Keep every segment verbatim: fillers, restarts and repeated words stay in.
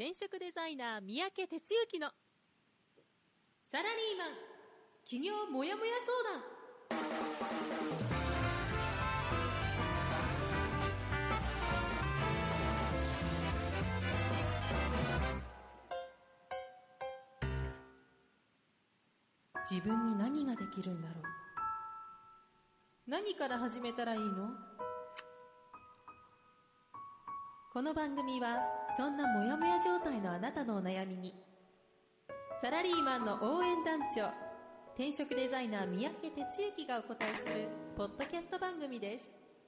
転職デザイナー三宅哲之のサラリーマン起業もやもや相談。自分に何ができるんだろう。何から始めたらいいの？この番組はそんなモヤモヤ状態のあなたのお悩みにサラリーマンの応援団長、転職デザイナー三宅哲之がお答えするポッドキャスト番組です。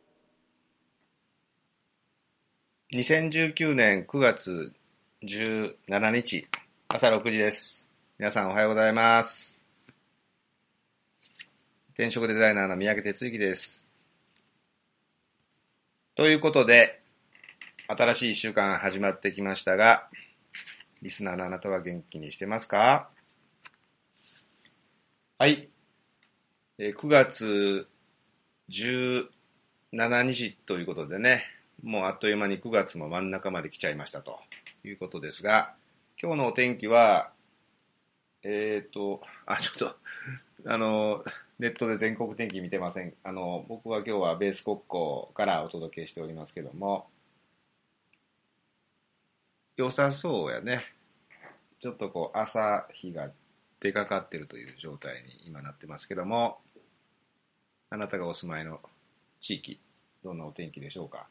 にせんじゅうきゅうねんくがつじゅうしちにち朝ろくじです。皆さんおはようございます。転職デザイナーの三宅哲之です。ということで、新しいいっしゅうかん始まってきましたが、リスナーのあなたは元気にしてますか？はい。くがつじゅうしちにちということでね、もうあっという間にくがつも真ん中まで来ちゃいましたということですが、今日のお天気は、えっと、あ、ちょっと、あの、ネットで全国天気見てません。あの、僕は今日はベース国交からお届けしておりますけども、良さそうやね。ちょっとこう朝日が出かかってるという状態に今なってますけども、あなたがお住まいの地域、どんなお天気でしょうか。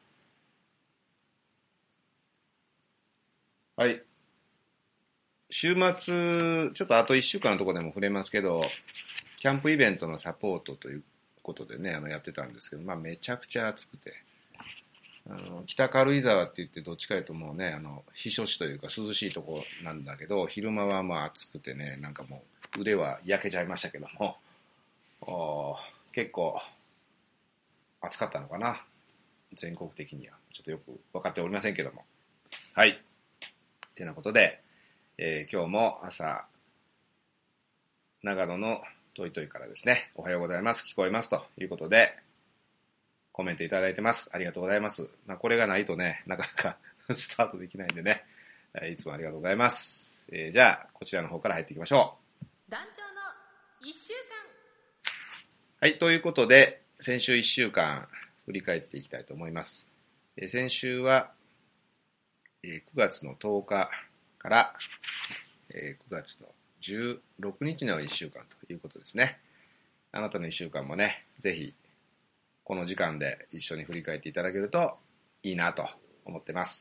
はい。週末、ちょっとあといっしゅうかんのところでも触れますけど、キャンプイベントのサポートということでね、あのやってたんですけど、まあめちゃくちゃ暑くて、あの北軽井沢って言ってどっちかというともうね、あの避暑地というか涼しいとこなんだけど、昼間はまあ暑くてね、なんかもう腕は焼けちゃいましたけども、お結構暑かったのかな、全国的にはちょっとよく分かっておりませんけども。はい、てなことで、えー、今日も朝長野のトイトイからですね、おはようございます、聞こえますということでコメントいただいてます。ありがとうございます。まあ、これがないとね、なかなかスタートできないんでね、いつもありがとうございます。えー、じゃあ、こちらの方から入っていきましょう。 団長のいっしゅうかん。 はい、ということで、先週いっしゅうかん振り返っていきたいと思います。えー、先週は、えー、くがつのとおかから、えー、くがつのじゅうろくにちのいっしゅうかんということですね。あなたのいっしゅうかんもね、ぜひ、この時間で一緒に振り返っていただけるといいなと思ってます。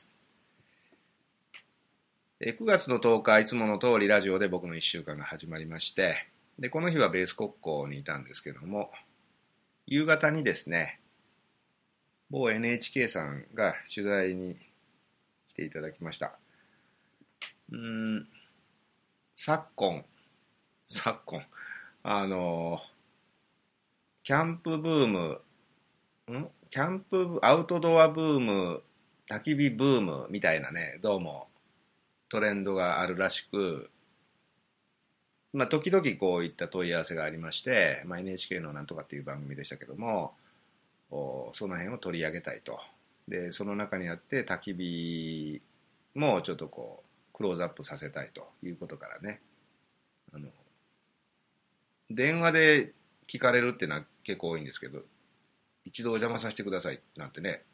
くがつのとおか、いつもの通りラジオで僕のいっしゅうかんが始まりまして、でこの日はベース国交にいたんですけども、夕方にですね、某 エヌエイチケー さんが取材に来ていただきました。うーん昨今昨今あのキャンプブームんキャンプアウトドアブーム、焚き火ブームみたいなね、どうもトレンドがあるらしく、まあ時々こういった問い合わせがありまして、まあ、エヌエイチケー のなんとかっていう番組でしたけども、その辺を取り上げたいと。でその中にあって焚き火もちょっとこうクローズアップさせたいということからね、あの電話で聞かれるっていうのは結構多いんですけど、一度お邪魔させてくださいなんてね、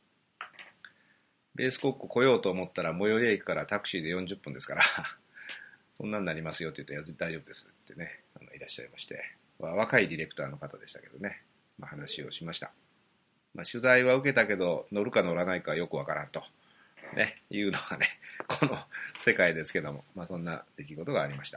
ベース国庫来ようと思ったら最寄り駅からタクシーでよんじゅっぷんですからそんなになりますよって言うと、大丈夫ですってね、あのいらっしゃいまして、若いディレクターの方でしたけどね、まあ、話をしました。まあ、取材は受けたけど乗るか乗らないかよくわからんと、ね、いうのがねこの世界ですけども、まあ、そんな出来事がありました。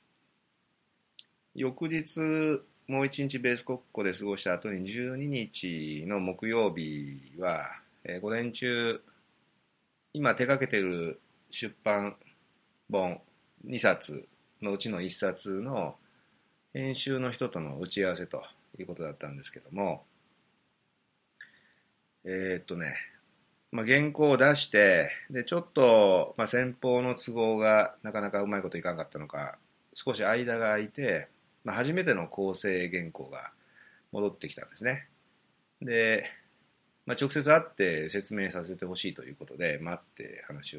翌日もう一日ベース国庫で過ごした後にじゅうににちの木曜日は、えー、午前中今手掛けている出版本にさつのうちのいっさつの編集の人との打ち合わせということだったんですけども、えー、っとね、まあ、原稿を出してでちょっと、まあ、先方の都合がなかなかうまいこといかなかったのか少し間が空いて、まあ、初めての構成原稿が戻ってきたんですね。で、まあ、直接会って説明させてほしいということで待って話を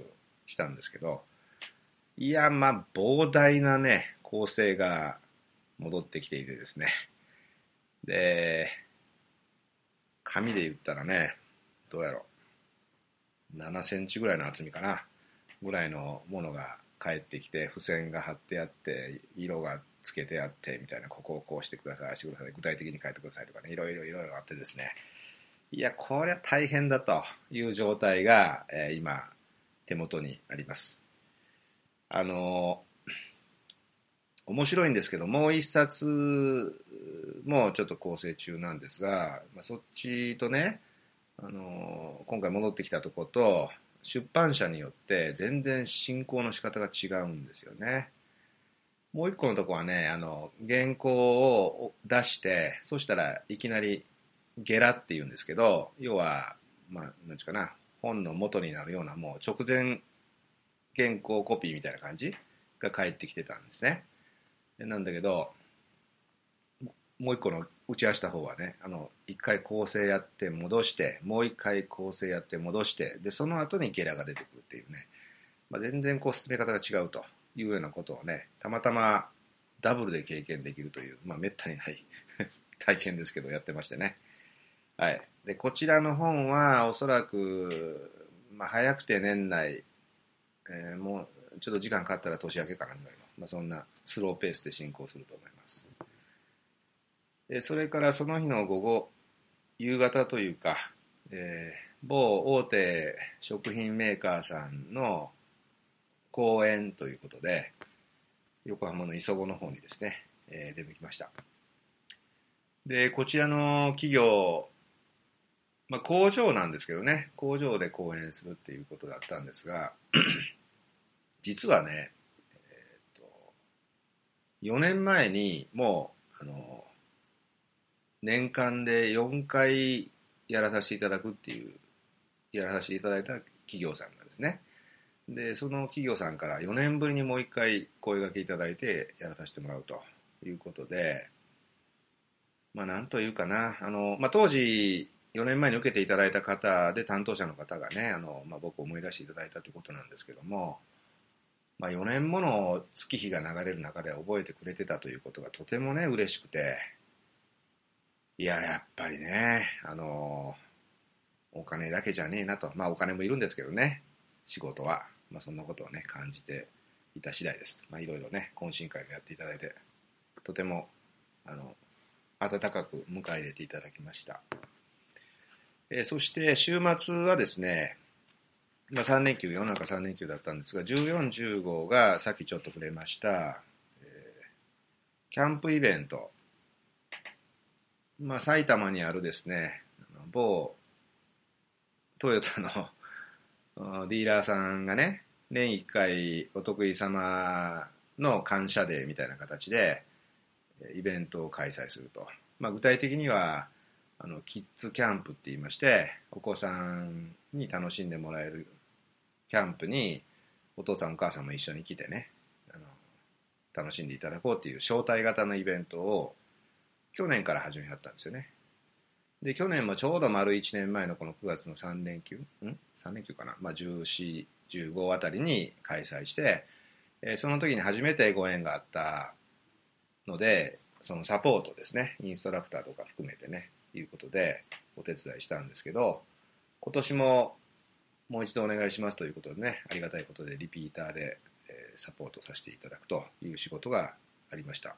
したんですけど、いや、まあ、膨大なね、構成が戻ってきていてですね。で、紙で言ったらね、どうやろう。ななセンチぐらいの厚みかな。ぐらいのものが返ってきて、付箋が貼ってあって、色がつけてあって、みたいな、ここをこうしてください、してください、具体的に書いてくださいとかね、いろいろいろいろあってですね。いや、こりゃ大変だという状態が、えー、今、手元にあります。あの面白いんですけど、もう一冊もちょっと構成中なんですが、まあ、そっちとね、あの今回戻ってきたとこと、出版社によって全然進行の仕方が違うんですよね。もう一個のとこはね、あの、原稿を出して、そしたらいきなりゲラって言うんですけど、要は、まあ、なんちゅうかな、本の元になるようなもう直前原稿コピーみたいな感じが返ってきてたんですね。なんだけど、もう一個の打ち合わせた方はね、あの、一回構成やって戻して、もう一回構成やって戻して、で、その後にゲラが出てくるっていうね、まあ、全然こう進め方が違うというようなことをね、たまたまダブルで経験できるという、まあ、めったにない体験ですけど、やってましてね。はい。で、こちらの本は、おそらく、まあ、早くて年内、えー、もう、ちょっと時間かかったら年明けかなぐらいの、まあ、そんなスローペースで進行すると思います。で、それからその日の午後、夕方というか、えー、某大手食品メーカーさんの講演ということで、横浜の磯子の方にですね、えー、出てきました。で、こちらの企業、まあ、工場なんですけどね、工場で講演するっていうことだったんですが、実はね、えー、とよねんまえにもう、あの、年間でよんかいやらさせていただくっていう、やらさせていただいた企業さんがですね、で、その企業さんからよねんぶりにもう一回声掛けいただいてやらさせてもらうということで、まあなんというかな、あの、まあ当時よねんまえに受けていただいた方で担当者の方がね、あの、まあ僕を思い出していただいたということなんですけども、まあよねんもの月日が流れる中で覚えてくれてたということがとてもね、嬉しくて、いや、やっぱりね、あの、お金だけじゃねえなと、まあお金もいるんですけどね、仕事は。まあそんなことをね、感じていた次第です。まあいろいろね、懇親会もやっていただいて、とても、あの、温かく迎え入れていただきました。えー、そして週末はですね、まあさん連休、世の中さん連休だったんですが、じゅうよん、じゅうごがさっきちょっと触れました、えー、キャンプイベント。まあ埼玉にあるですね、某トヨタのディーラーさんがね、年いっかいお得意様の感謝デーみたいな形でイベントを開催すると。まあ、具体的にはあのキッズキャンプって言いまして、お子さんに楽しんでもらえるキャンプにお父さんお母さんも一緒に来てね、あの楽しんでいただこうっていう招待型のイベントを去年から始めはったんですよね。で、去年もちょうど丸いちねんまえのこのくがつのさん連休、ん ?さん 連休かな、まあ、じゅうよん、じゅうごあたりに開催して、えー、その時に初めてご縁があったので、そのサポートですね、インストラクターとか含めてね、いうことでお手伝いしたんですけど、今年ももう一度お願いしますということでね、ありがたいことでリピーターで、えー、サポートさせていただくという仕事がありました。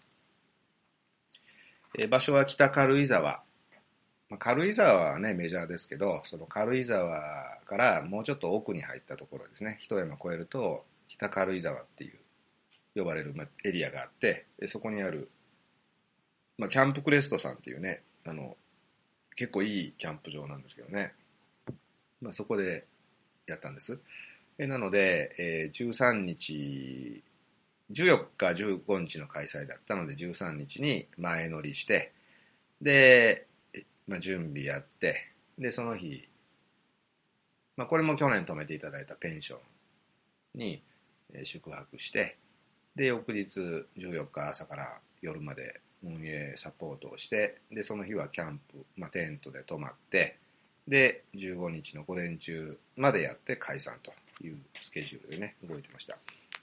えー、場所は北軽井沢。まあ、軽井沢はね、メジャーですけど、その軽井沢からもうちょっと奥に入ったところですね、一山越えると、北軽井沢っていう呼ばれるエリアがあって、でそこにある、まあ、キャンプクレストさんっていうね、あの、結構いいキャンプ場なんですけどね、まあ、そこでやったんです。えなので、えー、じゅうさんにち、じゅうよっか、じゅうごにちの開催だったので、じゅうさんにちに前乗りして、で、まあ、準備やって、で、その日、まあ、これも去年泊めていただいたペンションに宿泊して、で、翌日じゅうよっか朝から夜まで運営サポートをして、で、その日はキャンプ、まあ、テントで泊まって、で、じゅうごにちの午前中までやって解散というスケジュールでね、動いてました。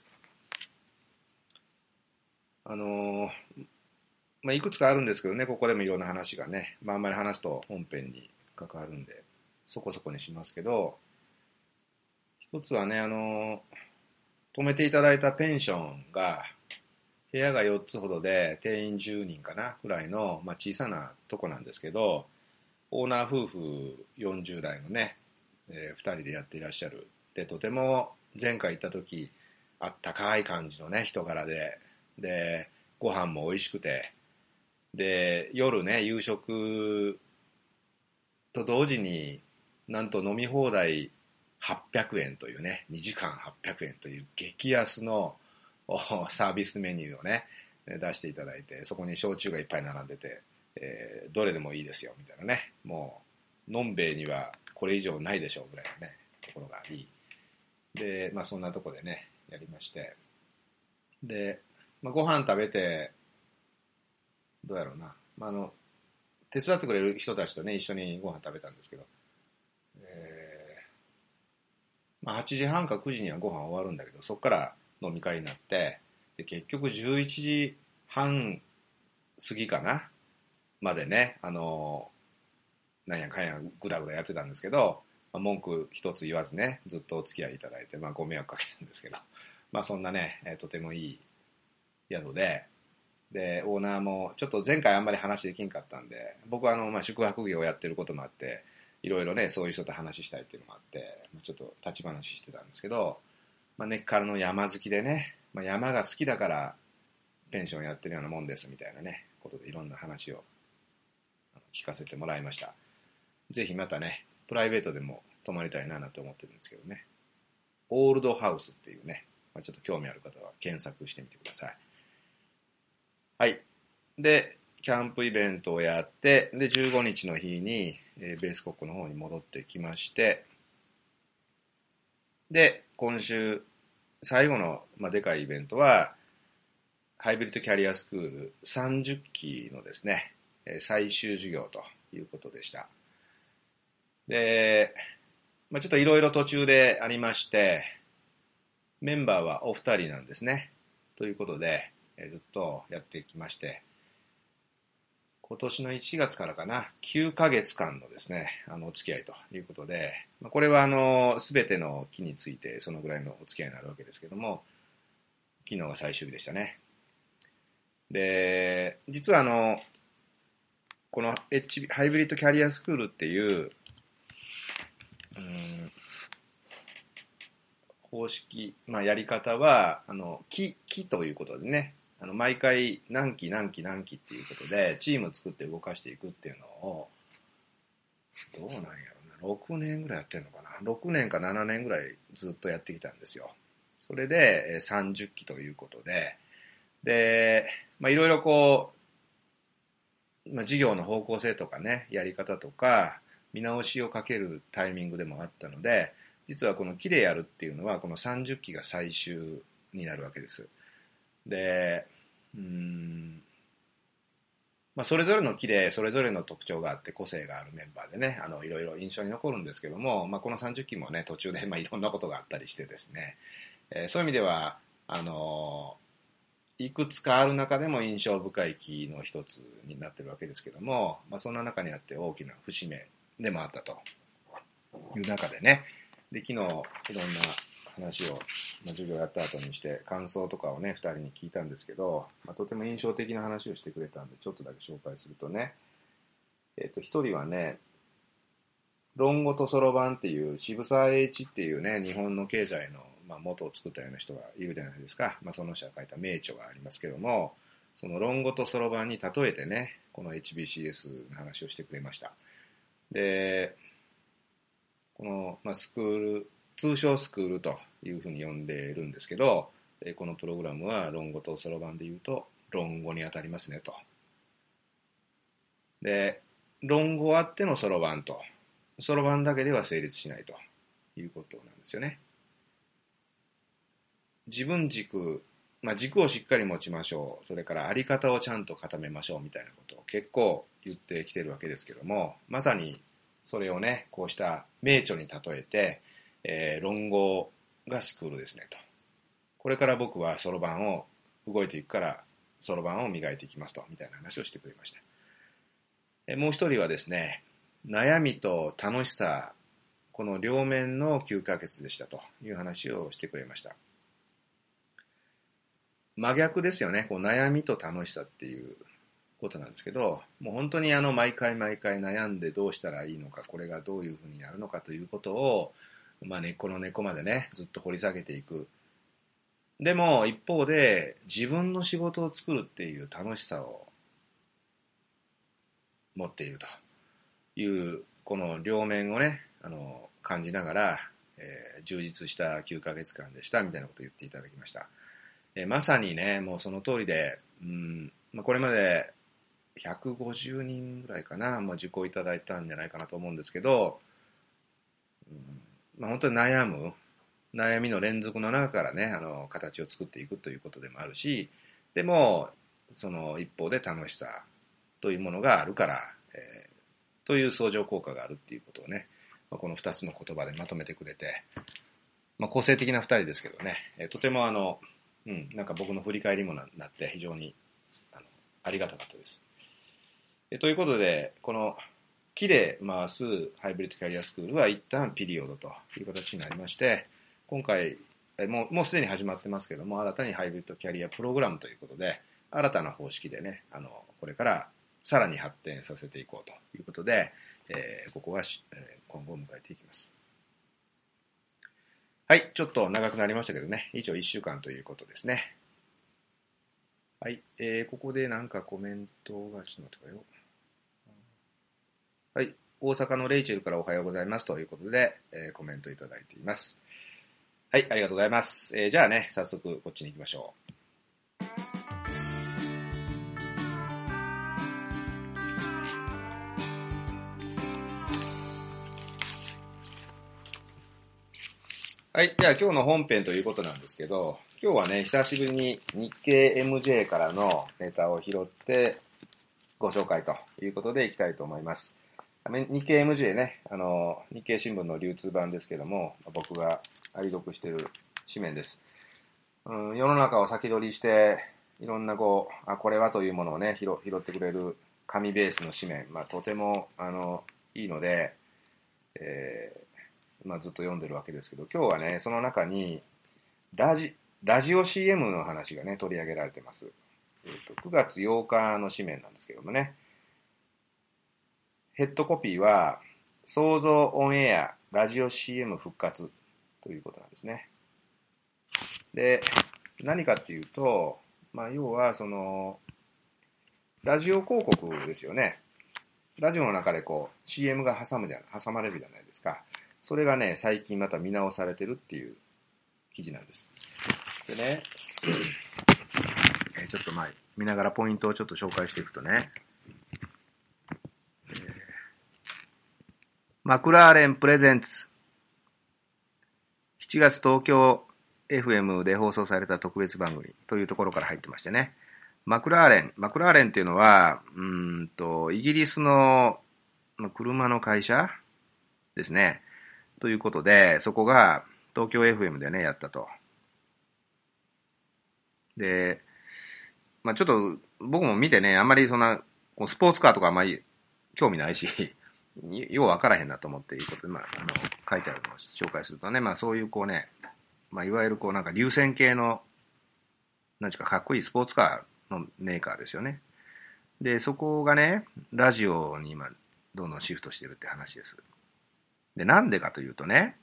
あのー、まあ、いくつかあるんですけどね、ここでもいろんな話がね、まあ、あんまり話すと本編に関わるんで、そこそこにしますけど、一つはね、あのー、止めていただいたペンションが、部屋がよっつほどで、定員じゅうにんかな、くらいの、まあ、小さなとこなんですけど、オーナー夫婦よんじゅう代のね、えー、ふたりでやっていらっしゃる。で、とても前回行った時、あったかい感じのね、人柄で、で、ご飯も美味しくて、で、夜ね、夕食と同時になんと飲み放題はっぴゃくえんというね、にじかんはっぴゃくえんという激安のサービスメニューをね、出していただいて、そこに焼酎がいっぱい並んでて、えー、どれでもいいですよみたいなね、もうのんべえにはこれ以上ないでしょうぐらいのね、ところがいい。で、まあそんなとこでね、やりまして、で、まあ、ご飯食べて、どうやろうな、まあ、あの手伝ってくれる人たちとね一緒にご飯食べたんですけど、えーまあ、はちじはんかくじにはご飯終わるんだけど、そこから飲み会になって、で結局じゅういちじはん過ぎかなまでね、あのなんやかんやぐだぐだやってたんですけど、まあ、文句一つ言わずねずっとお付き合いいただいて、まあ、ご迷惑かけたんですけど、まあそんなね、えー、とてもいい宿で、でオーナーもちょっと前回あんまり話できんかったんで、僕はあの、まあ、宿泊業をやってることもあって、いろいろねそういう人と話したいっていうのもあって、ちょっと立ち話してたんですけど、まあ、根っからの山好きでね、まあ、山が好きだからペンションやってるようなもんですみたいなねことでいろんな話を聞かせてもらいました。ぜひまたねプライベートでも泊まりたいななんて思ってるんですけどね、オールドハウスっていうね、まあ、ちょっと興味ある方は検索してみてください。はい。で、キャンプイベントをやって、で、じゅうごにちの日に、えーベースコックの方に戻ってきまして、で、今週、最後の、まあ、でかいイベントは、ハイブリッドキャリアスクールさんじゅっきのですね、最終授業ということでした。で、まあ、ちょっといろいろ途中でありまして、メンバーはお二人なんですね。ということで、ずっとやってきまして、今年のいちがつからかな、きゅうかげつかんのですね、あのお付き合いということで、これはあの全ての木についてそのぐらいのお付き合いになるわけですけども、昨日が最終日でしたね。で、実はあのこの エイチビー ハイブリッドキャリアスクールっていう、うん、方式、まあ、やり方はあの木、木ということでね、あの毎回何期何期何期っていうことでチーム作って動かしていくっていうのを、どうなんやろな、ろくねんぐらいやってるのかな、ろくねんかななねんぐらいずっとやってきたんですよ。それでさんじゅっきということで、で、まあいろいろこう、まあ、事業の方向性とかね、やり方とか見直しをかけるタイミングでもあったので、実はこの木でやるっていうのはこのさんじゅっきが最終になるわけです。で、うーん、まあ、それぞれの木でそれぞれの特徴があって個性があるメンバーでね、あのいろいろ印象に残るんですけども、まあ、このさんじゅっきもね途中でまあいろんなことがあったりしてですね、えーそういう意味ではあのいくつかある中でも印象深い木の一つになってるわけですけども、まあ、そんな中にあって大きな節目でもあったという中でね、で昨日いろんな話を、まあ、授業やった後にして感想とかをねふたりに聞いたんですけど、まあ、とても印象的な話をしてくれたんでちょっとだけ紹介するとね、えっとひとりはね、論語とそろばんっていう渋沢栄一っていうね日本の経済の、まあ、元を作ったような人がいるじゃないですか、まあ、その人が書いた名著がありますけども、その論語とそろばんに例えてねこの エイチビーシーエス の話をしてくれました。でこの、まあ、スクール通称スクールというふうに呼んでいるんですけど、このプログラムは論語とそろばんでいうと論語に当たりますねと。で論語あってのそろばんと、そろばんだけでは成立しないということなんですよね。自分軸、まあ、軸をしっかり持ちましょう、それからあり方をちゃんと固めましょうみたいなことを結構言ってきてるわけですけども、まさにそれをねこうした名著に例えて、えー、論語がスクールですねと。これから僕はそろばんを動いていくからそろばんを磨いていきますと、みたいな話をしてくれました。えもう一人はですね、悩みと楽しさ、この両面のきゅうかげつでしたという話をしてくれました。真逆ですよね。こう悩みと楽しさっていうことなんですけど、もう本当にあの毎回毎回悩んでどうしたらいいのか、これがどういうふうになるのかということを、まあ根っこの根っこまでね、ずっと掘り下げていく。でも一方で自分の仕事を作るっていう楽しさを持っているというこの両面をね、あの感じながら、えー、充実したきゅうかげつかんでしたみたいなことを言っていただきました。えー、まさにね、もうその通りで、うんまあ、これまでひゃくごじゅうにんぐらいかな、まあ、受講いただいたんじゃないかなと思うんですけど、うんまあ、本当に悩む悩みの連続の中からね、あの形を作っていくということでもあるし、でもその一方で楽しさというものがあるから、えー、という相乗効果があるっていうことをね、まあ、このふたつの言葉でまとめてくれて、まあ、個性的なふたりですけどね、えー、とてもあの、うん、なんか僕の振り返りも な, なって非常に あのありがたかったです。えー、ということで、この木で回すハイブリッドキャリアスクールは一旦ピリオドという形になりまして、今回もうもうすでに始まってますけども、新たにハイブリッドキャリアプログラムということで、新たな方式でね、あのこれからさらに発展させていこうということで、えー、ここは、えー、今後を迎えていきます。はい、ちょっと長くなりましたけどね、以上いっしゅうかんということですね。はい、えー、ここでなんかコメントが、ちょっと待ってくださいよ。はい、大阪のレイチェルからおはようございますということで、えー、コメントいただいています。はい、ありがとうございます。えー、じゃあね、早速こっちに行きましょう。はい、じゃあ今日の本編ということなんですけど、今日はね、久しぶりに日経 エムジェー からのネタを拾ってご紹介ということでいきたいと思います。日経 エムジェー ね、あの、日経新聞の流通版ですけども、僕が愛読している紙面です。うん、世の中を先取りして、いろんなこう、あ、これはというものをね、拾、拾ってくれる紙ベースの紙面、まあとても、あの、いいので、えーまあ、ずっと読んでるわけですけど、今日はね、その中にラジ、ラジオ シーエム の話がね、取り上げられてます。えーと、くがつようかの紙面なんですけどもね、ヘッドコピーは、創造オンエアラジオ シーエム 復活ということなんですね。で、何かっていうと、まあ、要は、その、ラジオ広告ですよね。ラジオの中でこう、シーエム が挟むじゃ、挟まれるじゃないですか。それがね、最近また見直されてるっていう記事なんです。でね、えー、ちょっと前、見ながらポイントをちょっと紹介していくとね、えー、マクラーレンプレゼンツしちがつ東京 エフエム で放送された特別番組というところから入ってましてね、マクラーレン、マクラーレンっていうのは、うーんと、イギリスの車の会社ですね。ということで、そこが東京 エフエム でね、やったと。で、まあちょっと僕も見てね、あんまりそんな、スポーツカーとかあんまり興味ないし、ようわからへんなと思っていうことで、まあ、あの、書いてあるのを紹介するとね、まあそういうこうね、まあいわゆるこうなんか流線形の、なんちゅうかかっこいいスポーツカーのメーカーですよね。で、そこがね、ラジオに今、どんどんシフトしてるって話です。で、なんでかというとね、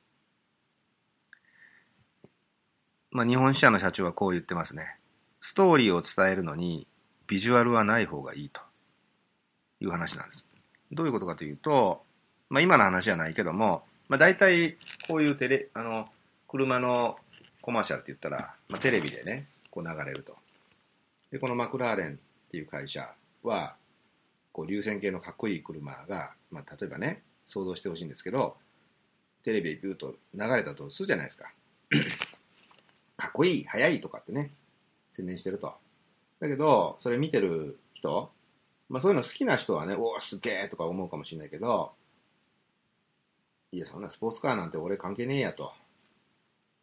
まあ、日本支社の社長はこう言ってますね。ストーリーを伝えるのにビジュアルはない方がいいという話なんです。どういうことかというと、まあ、今の話じゃないけども、まあ、大体こういうテレ、あの、車のコマーシャルって言ったら、まあ、テレビでね、こう流れると。で、このマクラーレンっていう会社は、こう流線形のかっこいい車が、まあ、例えばね、想像してほしいんですけど、テレビでビューと流れたとするじゃないですか。かっこいい、速いとかってね、宣伝してると。だけど、それ見てる人、まあそういうの好きな人はね、おーすげーとか思うかもしれないけど、いや、そんなスポーツカーなんて俺関係ねえやと。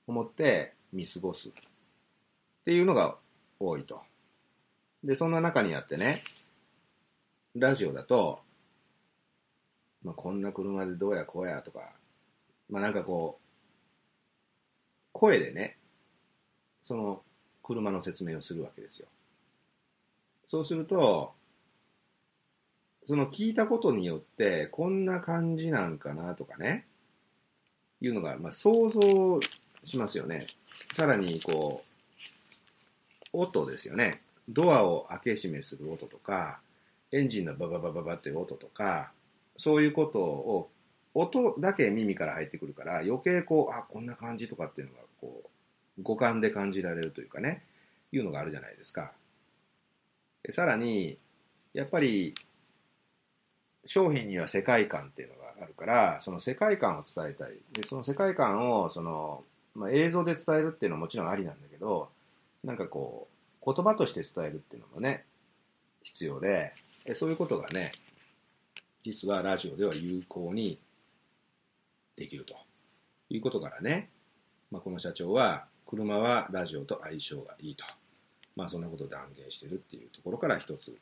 思って見過ごすっていうのが多いと。で、そんな中にあってね、ラジオだと、まあ、こんな車でどうやこうやとか、まあなんかこう、声でね、その車の説明をするわけですよ。そうすると、その聞いたことによって、こんな感じなんかなとかね、いうのが、まあ、想像しますよね。さらに、こう、音ですよね。ドアを開け閉めする音とか、エンジンのバババババっていう音とか、そういうことを、音だけ耳から入ってくるから、余計こう、あ、こんな感じとかっていうのが、こう、五感で感じられるというかね、いうのがあるじゃないですか。さらに、やっぱり、商品には世界観っていうのがあるから、その世界観を伝えたい。で、その世界観を、その、まあ、映像で伝えるっていうのはもちろんありなんだけど、なんかこう、言葉として伝えるっていうのもね、必要で、そういうことがね、実はラジオでは有効にできるということからね、まあ、この社長は、車はラジオと相性がいいと。まあ、そんなことを断言してるっていうところから一つ、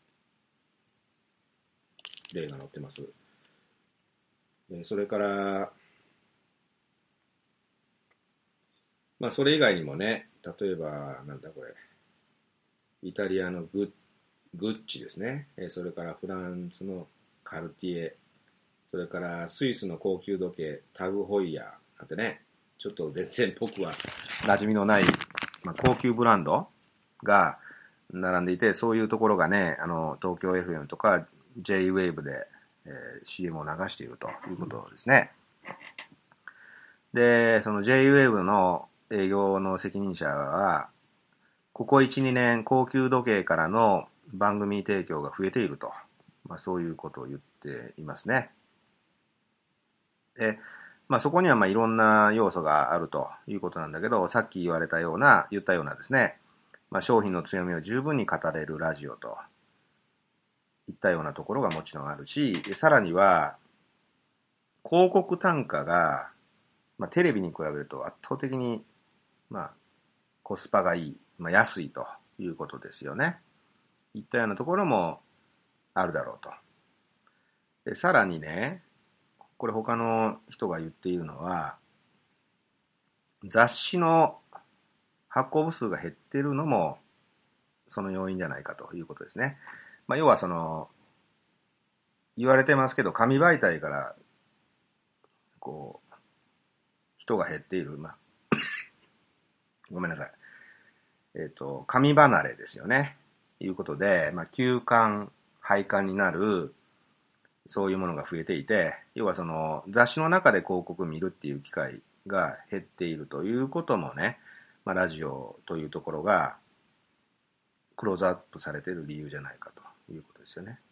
例が載ってます。それから、まあ、それ以外にもね、例えば、なんだこれ、イタリアのグッ、グッチですね。それからフランスのカルティエ、それからスイスの高級時計、タグホイヤーなんてね、ちょっと全然僕は馴染みのない、まあ、高級ブランドが並んでいて、そういうところがね、あの、東京 エフエム とか ジェイウェーブ で、えー、シーエム を流しているということですね。で、その ジェイウェーブ の営業の責任者は、ここいち、にねん高級時計からの番組提供が増えていると。まあそういうことを言っていますね。で、まあそこにはまあいろんな要素があるということなんだけど、さっき言われたような、言ったようなですね、まあ商品の強みを十分に語れるラジオといったようなところがもちろんあるし、さらには広告単価が、まあテレビに比べると圧倒的に、まあコスパがいい、まあ安いということですよね。いったようなところもあるだろうと。で、さらにね、これ他の人が言っているのは、雑誌の発行部数が減っているのもその要因じゃないかということですね。まあ、要はその、言われてますけど、紙媒体から、こう、人が減っている。まあ、ごめんなさい。えっ、ー、と、紙離れですよね。いうことで、まあ、休刊、廃刊になる、そういうものが増えていて、要はその雑誌の中で広告を見るっていう機会が減っているということもね、まあ、ラジオというところがクローズアップされている理由じゃないかということですよね。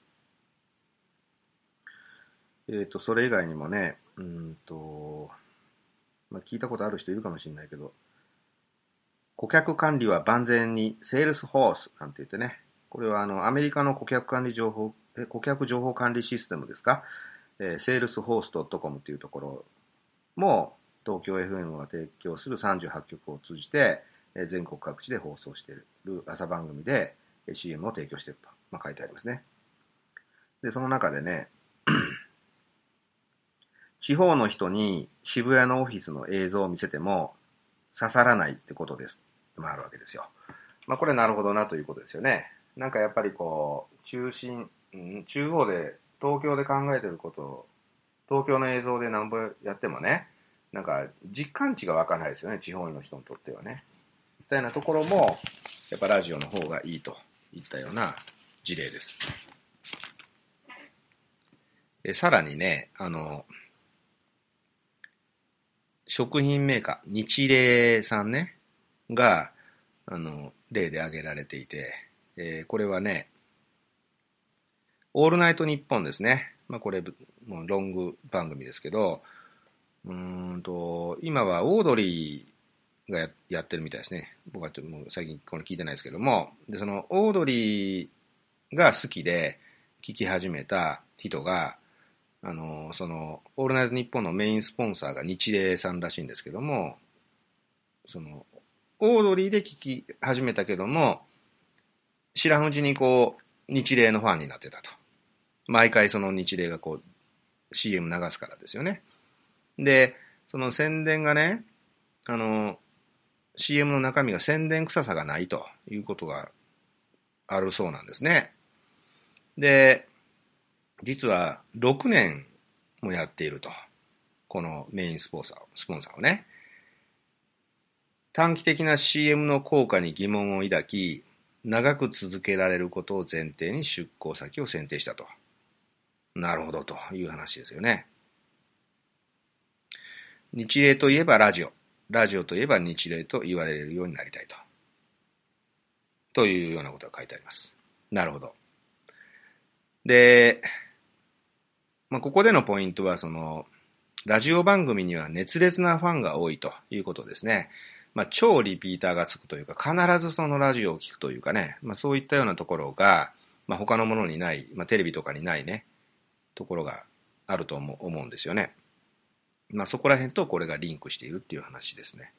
えっ、ー、と、それ以外にもね、うんと、まあ、聞いたことある人いるかもしれないけど、顧客管理は万全にセールスフォースなんて言ってね、これはあのアメリカの顧客管理情報顧客情報管理システムですか、えー、セールスフォース ドットコム というところも東京 エフエム が提供するさんじゅうはちきょくを通じて、えー、全国各地で放送している朝番組で シーエム を提供していると、まあ、書いてありますね。で、その中でね、地方の人に渋谷のオフィスの映像を見せても刺さらないってことです。まあ、あるわけですよ。まあ、これなるほどなということですよね。なんかやっぱりこう、中心、中央で、東京で考えてることを、東京の映像で何ぼやってもね、なんか実感値が湧かないですよね、地方の人にとってはね。みたいなところも、やっぱラジオの方がいいといったような事例です。で、さらにね、あの、食品メーカー、日霊さんね、が、あの、例で挙げられていて、えー、これはね、オールナイトニッポンですね。まあこれ、もうロング番組ですけど、うーんと、今はオードリーが や, やってるみたいですね。僕はちょっともう最近これ聞いてないですけども、で、そのオードリーが好きで聞き始めた人が、あの、その、オールナイトニッポンのメインスポンサーが日霊さんらしいんですけども、 その、オードリーで聞き始めたけども、知らんうちにこう、日霊のファンになってたと。毎回その日霊がこう、シーエム 流すからですよね。で、その宣伝がね、あの、シーエム の中身が宣伝臭さがないということがあるそうなんですね。で、実はろくねんもやっていると。このメインスポンサーを、スポンサーをね。短期的な シーエム の効果に疑問を抱き、長く続けられることを前提に出向先を選定したと。なるほどという話ですよね。日霊といえばラジオ。ラジオといえば日霊と言われるようになりたいと。というようなことが書いてあります。なるほど。で、まあ、ここでのポイントは、その、ラジオ番組には熱烈なファンが多いということですね。まあ、超リピーターがつくというか、必ずそのラジオを聞くというかね、まあ、そういったようなところが、まあ、他のものにない、まあ、テレビとかにないね、ところがあると思う、思うんですよね。まあ、そこら辺とこれがリンクしているっていう話ですね。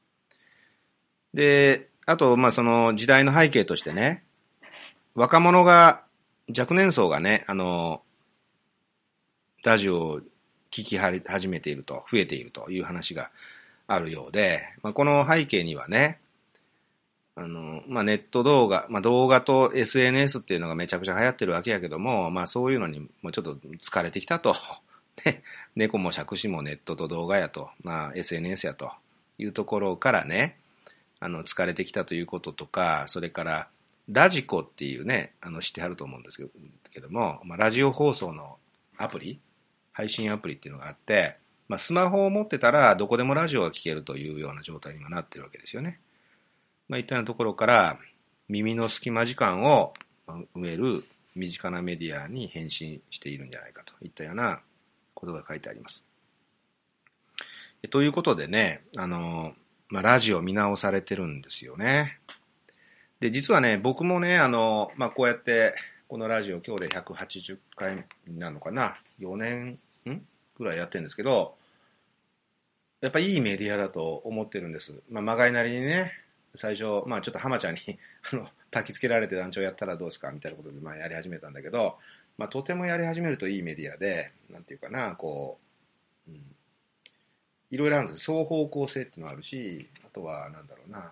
で、あと、まあ、その時代の背景としてね、若者が、若年層がね、あの、ラジオを聞き始めていると、増えているという話があるようで、まあ、この背景にはね、あの、まあ、ネット動画、まあ、動画と エスエヌエス っていうのがめちゃくちゃ流行ってるわけやけども、まあ、そういうのにもうちょっと疲れてきたと。ね、猫も杓子もネットと動画やと、まあ、エスエヌエス やというところからね、あの、疲れてきたということとか、それから、ラジコっていうね、あの、知ってはると思うんですけども、まあ、ラジオ放送のアプリ、配信アプリっていうのがあって、まあ、スマホを持ってたらどこでもラジオが聞けるというような状態にはなってるわけですよね。まあ、いったようなところから耳の隙間時間を埋める身近なメディアに変身しているんじゃないかといったようなことが書いてあります。ということでね、あの、まあ、ラジオ見直されてるんですよね。で、実はね、僕もね、あの、まあ、こうやってこのラジオ今日でひゃくはちじゅっかいになるのかな、よねんんぐらいやってるんですけど、やっぱいいメディアだと思ってるんです。まあ、まがいなりにね、最初、まあちょっと浜ちゃんにあの、焚き付けられて団長やったらどうですかみたいなことで、まあやり始めたんだけど、まあとてもやり始めるといいメディアで、なんていうかな、こう、うん、いろいろあるんです。双方向性っていうのがあるし、あとは、なんだろうな、あの、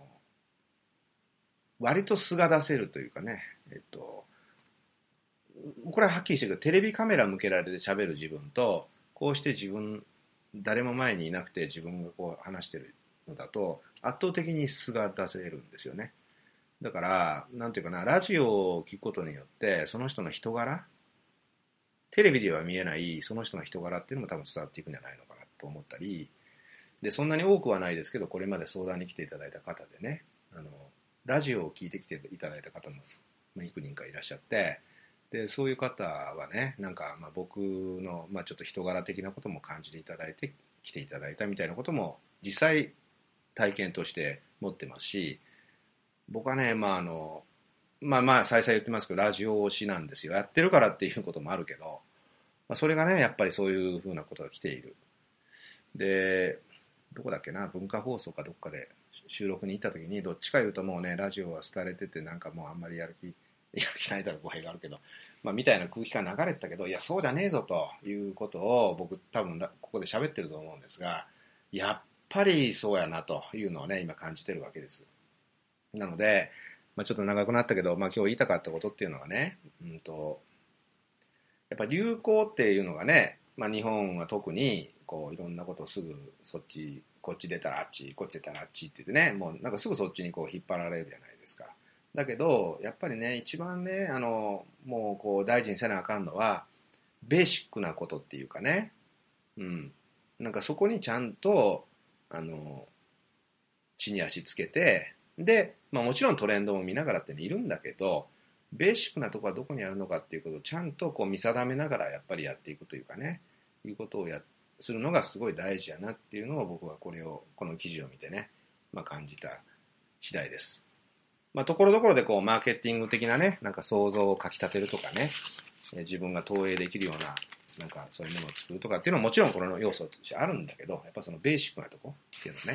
割と素が出せるというかね、えっと、これははっきりしてるけど、テレビカメラ向けられて喋る自分と、こうして自分、誰も前にいなくて自分がこう話してるのだと、圧倒的に素が出せるんですよね。だから、なんていうかな、ラジオを聞くことによって、その人の人柄、テレビでは見えないその人の人柄っていうのも多分伝わっていくんじゃないのかなと思ったり、で、そんなに多くはないですけど、これまで相談に来ていただいた方でね、あの、ラジオを聞いてきていただいた方も、まあ、幾人かいらっしゃって、で、そういう方はね、なんか、まあ僕の、まあちょっと人柄的なことも感じていただいて、来ていただいたみたいなことも、実際体験として持ってますし、僕はね、まああの、まあまあ再々言ってますけど、ラジオ推しなんですよ。やってるからっていうこともあるけど、まあ、それがね、やっぱりそういうふうなことが来ている。で、どこだっけな、文化放送かどっかで収録に行った時に、どっちか言うともうね、ラジオは廃れてて、なんかもうあんまりやる気、やる気ないだろ、語弊があるけど、まあみたいな空気感流れてたけど、いや、そうじゃねえぞということを僕多分ここで喋ってると思うんですが、やっぱりそうやなというのをね、今感じてるわけです。なので、まあ、ちょっと長くなったけど、まあ、今日言いたかったことっていうのはね、うんと、やっぱ流行っていうのがね、まあ、日本は特にこういろんなことをすぐそっち、こっち出たらあっち、こっち出たらあっちって言ってね、もうなんかすぐそっちにこう引っ張られるじゃないですか。だけど、やっぱりね、一番ね、あの、もうこう大事にせなあかんのは、ベーシックなことっていうかね、うん。なんかそこにちゃんと、あの、地に足つけて、で、まあもちろんトレンドも見ながらっているんだけど、ベーシックなところはどこにあるのかっていうことをちゃんとこう見定めながらやっぱりやっていくというかね、いうことをやするのがすごい大事やなっていうのを僕はこれを、この記事を見てね、まあ感じた次第です。まあところどころでこうマーケティング的なね、なんか想像をかき立てるとかね、自分が投影できるような、なんかそういうものを作るとかっていうのはもちろんこの要素としてあるんだけど、やっぱそのベーシックなとこっていうのをね、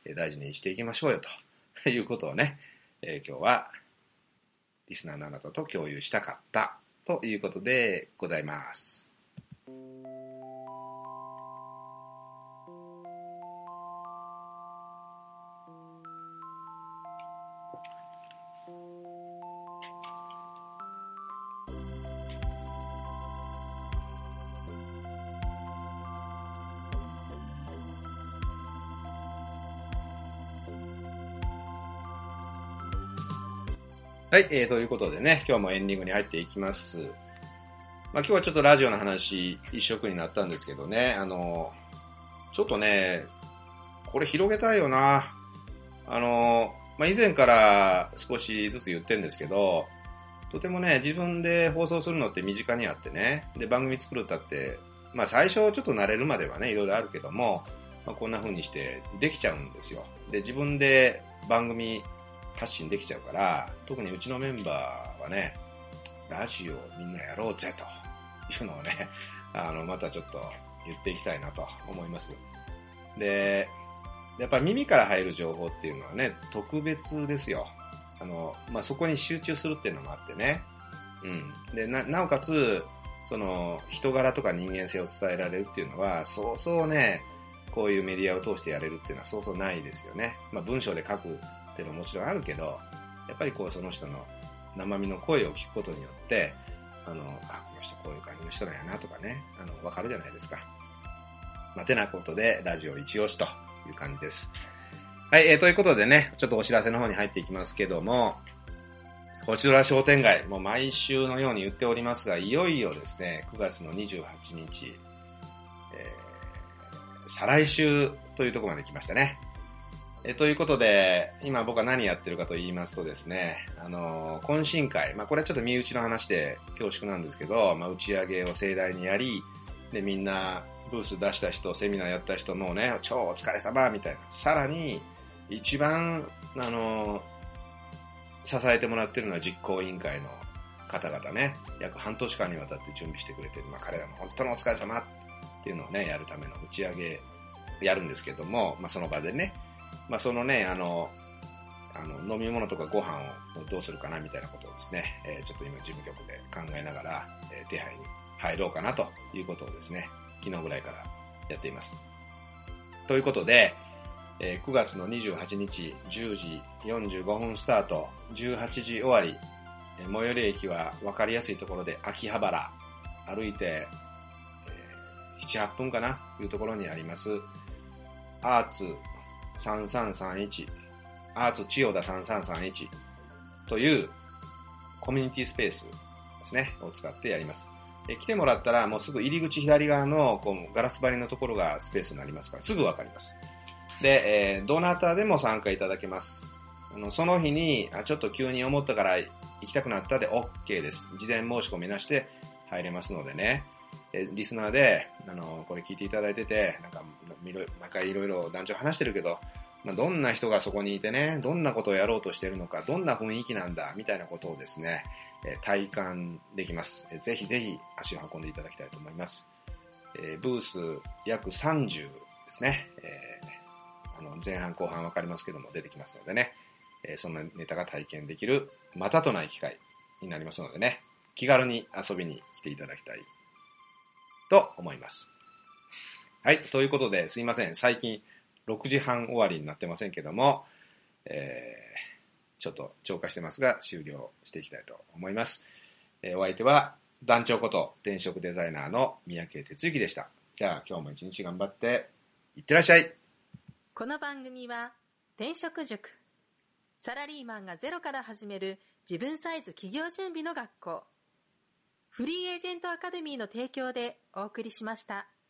大事にしていきましょうよということをね、えー、今日はリスナーのあなたと共有したかったということでございます。はい、えー、ということでね、今日もエンディングに入っていきます。まあ、今日はちょっとラジオの話一色になったんですけどね、あの、ちょっとね、これ広げたいよな。あの、まあ、以前から少しずつ言ってるんですけど、とてもね、自分で放送するのって身近にあってね、で、番組作るったって、まあ、最初ちょっと慣れるまではね、いろいろあるけども、まあ、こんな風にしてできちゃうんですよ。で、自分で番組発信できちゃうから、特にうちのメンバーはね、ラジオみんなやろうぜというのをね、あの、またちょっと言っていきたいなと思います。で、やっぱり耳から入る情報っていうのはね、特別ですよ。あの、まあ、そこに集中するっていうのもあってね。うん。で、な、なおかつ、その、人柄とか人間性を伝えられるっていうのは、そうそうね、こういうメディアを通してやれるっていうのはそうそうないですよね。まあ、文章で書くっていうのももちろんあるけど、やっぱりこうその人の生身の声を聞くことによって、あの、あ、この人こういう感じの人なんやなとかね、あの、わかるじゃないですか。まあ、てなことで、ラジオ一押しという感じです。はい、えー、ということでね、ちょっとお知らせの方に入っていきますけども、こちら商店街、もう毎週のように言っておりますが、いよいよですね、くがつのにじゅうはちにち、えー、再来週というところまで来ましたね。えということで、今僕は何やってるかと言いますとですね、あのー、懇親会、まあこれはちょっと身内の話で恐縮なんですけど、まあ打ち上げを盛大にやり、でみんなブース出した人、セミナーやった人もね、超お疲れ様みたいな。さらに、一番、あのー、支えてもらってるのは実行委員会の方々ね、約半年間にわたって準備してくれてる、まあ彼らも本当のお疲れ様っていうのをね、やるための打ち上げやるんですけども、まあその場でね、まあそのね、あの、あの飲み物とかご飯をどうするかなみたいなことをですね、えー、ちょっと今事務局で考えながら、えー、手配に入ろうかなということをですね、昨日ぐらいからやっています。ということで、えー、くがつのにじゅうはちにちじゅうじよんじゅうごふんスタート、じゅうはちじ終わり、えー、最寄り駅は分かりやすいところで秋葉原、歩いて、えー、なな、はっぷんかなというところにあります、アーツさんさんさんいち、アーツ千代田さんさんさんいちというコミュニティスペースですね、を使ってやります。え来てもらったらもうすぐ入り口左側のこうガラス張りのところがスペースになりますからすぐわかります。で、えー、どなたでも参加いただけます。あのその日にあちょっと急に思ったから行きたくなったで OK です。事前申し込みなしで入れますのでね。えリスナーで、あの、これ聞いていただいてて、なんか、毎回いろいろ団長話してるけど、まあ、どんな人がそこにいてね、どんなことをやろうとしてるのか、どんな雰囲気なんだ、みたいなことをですね、え体感できます。えぜひぜひ足を運んでいただきたいと思います。えー、ブース約さんじゅうですね、えー、あの前半後半わかりますけども出てきますのでね、えー、そんなネタが体験できる、またとない機会になりますのでね、気軽に遊びに来ていただきたいと思います。はい。ということで、すいません。最近、ろくじはん終わりになってませんけども、えー、ちょっと超過してますが、終了していきたいと思います。えー、お相手は、団長こと転職デザイナーの三宅哲之でした。じゃあ、今日も一日頑張って、いってらっしゃい。 この番組は、転職塾。サラリーマンがゼロから始める自分サイズ企業準備の学校。フリーエージェントアカデミーの提供でお送りしました。